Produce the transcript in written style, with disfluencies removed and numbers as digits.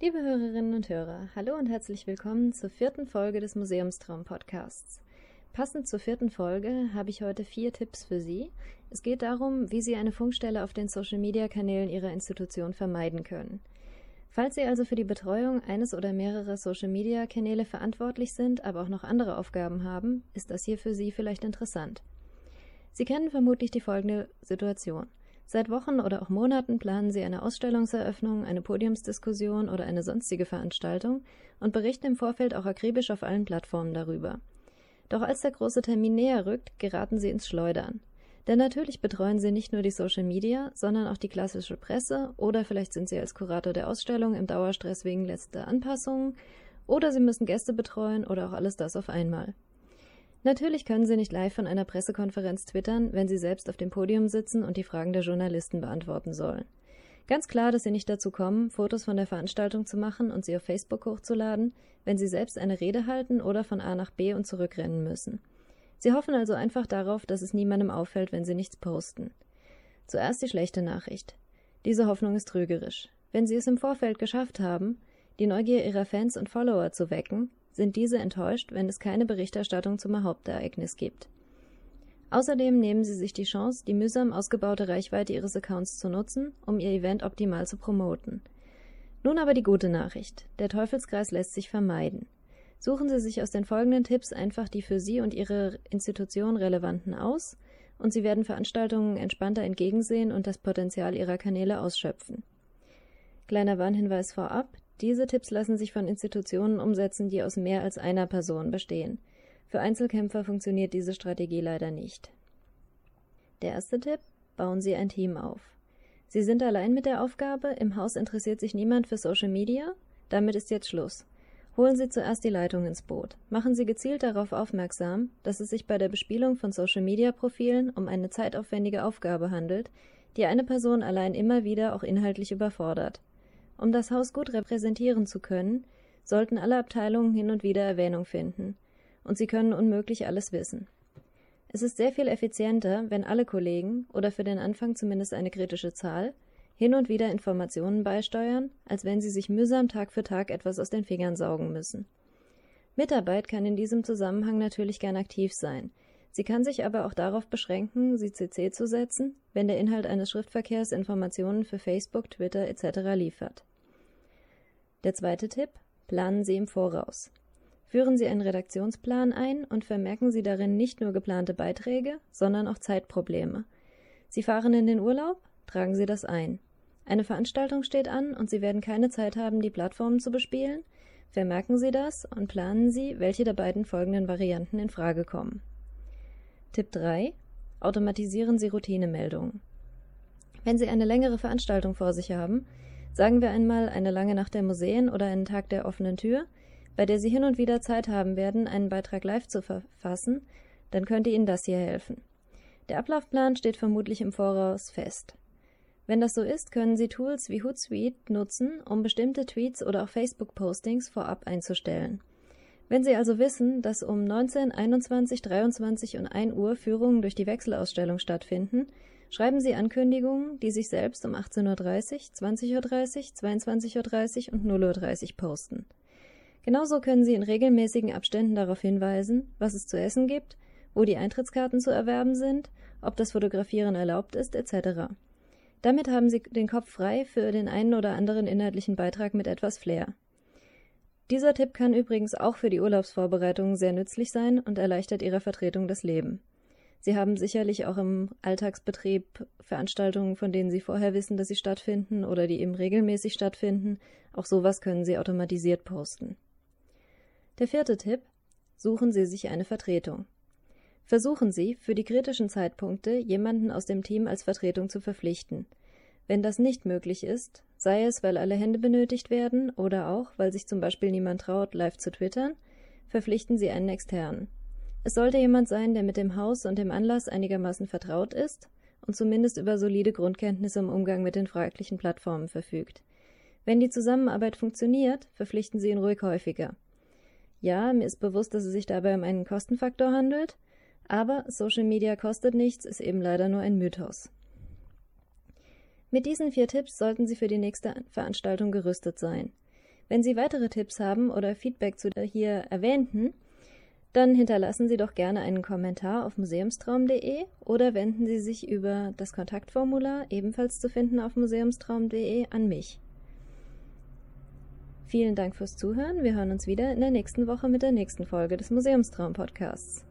Liebe Hörerinnen und Hörer, hallo und herzlich willkommen zur 4. Folge des Museumstraum-Podcasts. Passend zur 4. Folge habe ich heute 4 Tipps für Sie. Es geht darum, wie Sie eine Funkstelle auf den Social-Media-Kanälen Ihrer Institution vermeiden können. Falls Sie also für die Betreuung eines oder mehrerer Social-Media-Kanäle verantwortlich sind, aber auch noch andere Aufgaben haben, ist das hier für Sie vielleicht interessant. Sie kennen vermutlich die folgende Situation. Seit Wochen oder auch Monaten planen Sie eine Ausstellungseröffnung, eine Podiumsdiskussion oder eine sonstige Veranstaltung und berichten im Vorfeld auch akribisch auf allen Plattformen darüber. Doch als der große Termin näher rückt, geraten Sie ins Schleudern. Denn natürlich betreuen Sie nicht nur die Social Media, sondern auch die klassische Presse oder vielleicht sind Sie als Kurator der Ausstellung im Dauerstress wegen letzter Anpassungen oder Sie müssen Gäste betreuen oder auch alles das auf einmal. Natürlich können Sie nicht live von einer Pressekonferenz twittern, wenn Sie selbst auf dem Podium sitzen und die Fragen der Journalisten beantworten sollen. Ganz klar, dass Sie nicht dazu kommen, Fotos von der Veranstaltung zu machen und sie auf Facebook hochzuladen, wenn Sie selbst eine Rede halten oder von A nach B und zurückrennen müssen. Sie hoffen also einfach darauf, dass es niemandem auffällt, wenn Sie nichts posten. Zuerst die schlechte Nachricht. Diese Hoffnung ist trügerisch. Wenn Sie es im Vorfeld geschafft haben, die Neugier Ihrer Fans und Follower zu wecken, sind diese enttäuscht, wenn es keine Berichterstattung zum Hauptereignis gibt. Außerdem nehmen Sie sich die Chance, die mühsam ausgebaute Reichweite Ihres Accounts zu nutzen, um Ihr Event optimal zu promoten. Nun aber die gute Nachricht. Der Teufelskreis lässt sich vermeiden. Suchen Sie sich aus den folgenden Tipps einfach die für Sie und Ihre Institution relevanten aus und Sie werden Veranstaltungen entspannter entgegensehen und das Potenzial Ihrer Kanäle ausschöpfen. Kleiner Warnhinweis vorab: Diese Tipps lassen sich von Institutionen umsetzen, die aus mehr als einer Person bestehen. Für Einzelkämpfer funktioniert diese Strategie leider nicht. Der erste Tipp: Bauen Sie ein Team auf. Sie sind allein mit der Aufgabe, im Haus interessiert sich niemand für Social Media? Damit ist jetzt Schluss. Holen Sie zuerst die Leitung ins Boot. Machen Sie gezielt darauf aufmerksam, dass es sich bei der Bespielung von Social-Media-Profilen um eine zeitaufwendige Aufgabe handelt, die eine Person allein immer wieder auch inhaltlich überfordert. Um das Haus gut repräsentieren zu können, sollten alle Abteilungen hin und wieder Erwähnung finden. Und sie können unmöglich alles wissen. Es ist sehr viel effizienter, wenn alle Kollegen, oder für den Anfang zumindest eine kritische Zahl, hin und wieder Informationen beisteuern, als wenn sie sich mühsam Tag für Tag etwas aus den Fingern saugen müssen. Mitarbeit kann in diesem Zusammenhang natürlich gern aktiv sein. Sie kann sich aber auch darauf beschränken, sie CC zu setzen, wenn der Inhalt eines Schriftverkehrs Informationen für Facebook, Twitter etc. liefert. Der zweite Tipp: Planen Sie im Voraus. Führen Sie einen Redaktionsplan ein und vermerken Sie darin nicht nur geplante Beiträge, sondern auch Zeitprobleme. Sie fahren in den Urlaub? Tragen Sie das ein. Eine Veranstaltung steht an und Sie werden keine Zeit haben, die Plattformen zu bespielen? Vermerken Sie das und planen Sie, welche der beiden folgenden Varianten in Frage kommen. Tipp 3: Automatisieren Sie Routinemeldungen. Wenn Sie eine längere Veranstaltung vor sich haben, sagen wir einmal eine lange Nacht der Museen oder einen Tag der offenen Tür, bei der Sie hin und wieder Zeit haben werden, einen Beitrag live zu verfassen, dann könnte Ihnen das hier helfen. Der Ablaufplan steht vermutlich im Voraus fest. Wenn das so ist, können Sie Tools wie Hootsuite nutzen, um bestimmte Tweets oder auch Facebook-Postings vorab einzustellen. Wenn Sie also wissen, dass um 19, 21, 23 und 1 Uhr Führungen durch die Wechselausstellung stattfinden, schreiben Sie Ankündigungen, die sich selbst um 18:30 Uhr, 20:30 Uhr, 22:30 Uhr und 0:30 Uhr posten. Genauso können Sie in regelmäßigen Abständen darauf hinweisen, was es zu essen gibt, wo die Eintrittskarten zu erwerben sind, ob das Fotografieren erlaubt ist, etc. Damit haben Sie den Kopf frei für den einen oder anderen inhaltlichen Beitrag mit etwas Flair. Dieser Tipp kann übrigens auch für die Urlaubsvorbereitungen sehr nützlich sein und erleichtert Ihrer Vertretung das Leben. Sie haben sicherlich auch im Alltagsbetrieb Veranstaltungen, von denen Sie vorher wissen, dass sie stattfinden oder die eben regelmäßig stattfinden. Auch sowas können Sie automatisiert posten. Der 4. Tipp: Suchen Sie sich eine Vertretung. Versuchen Sie, für die kritischen Zeitpunkte jemanden aus dem Team als Vertretung zu verpflichten. Wenn das nicht möglich ist, sei es, weil alle Hände benötigt werden oder auch, weil sich zum Beispiel niemand traut, live zu twittern, verpflichten Sie einen Externen. Es sollte jemand sein, der mit dem Haus und dem Anlass einigermaßen vertraut ist und zumindest über solide Grundkenntnisse im Umgang mit den fraglichen Plattformen verfügt. Wenn die Zusammenarbeit funktioniert, verpflichten Sie ihn ruhig häufiger. Ja, mir ist bewusst, dass es sich dabei um einen Kostenfaktor handelt, aber Social Media kostet nichts, ist eben leider nur ein Mythos. Mit diesen 4 Tipps sollten Sie für die nächste Veranstaltung gerüstet sein. Wenn Sie weitere Tipps haben oder Feedback zu der hier erwähnten, dann hinterlassen Sie doch gerne einen Kommentar auf museumstraum.de oder wenden Sie sich über das Kontaktformular, ebenfalls zu finden auf museumstraum.de, an mich. Vielen Dank fürs Zuhören. Wir hören uns wieder in der nächsten Woche mit der nächsten Folge des Museumstraum-Podcasts.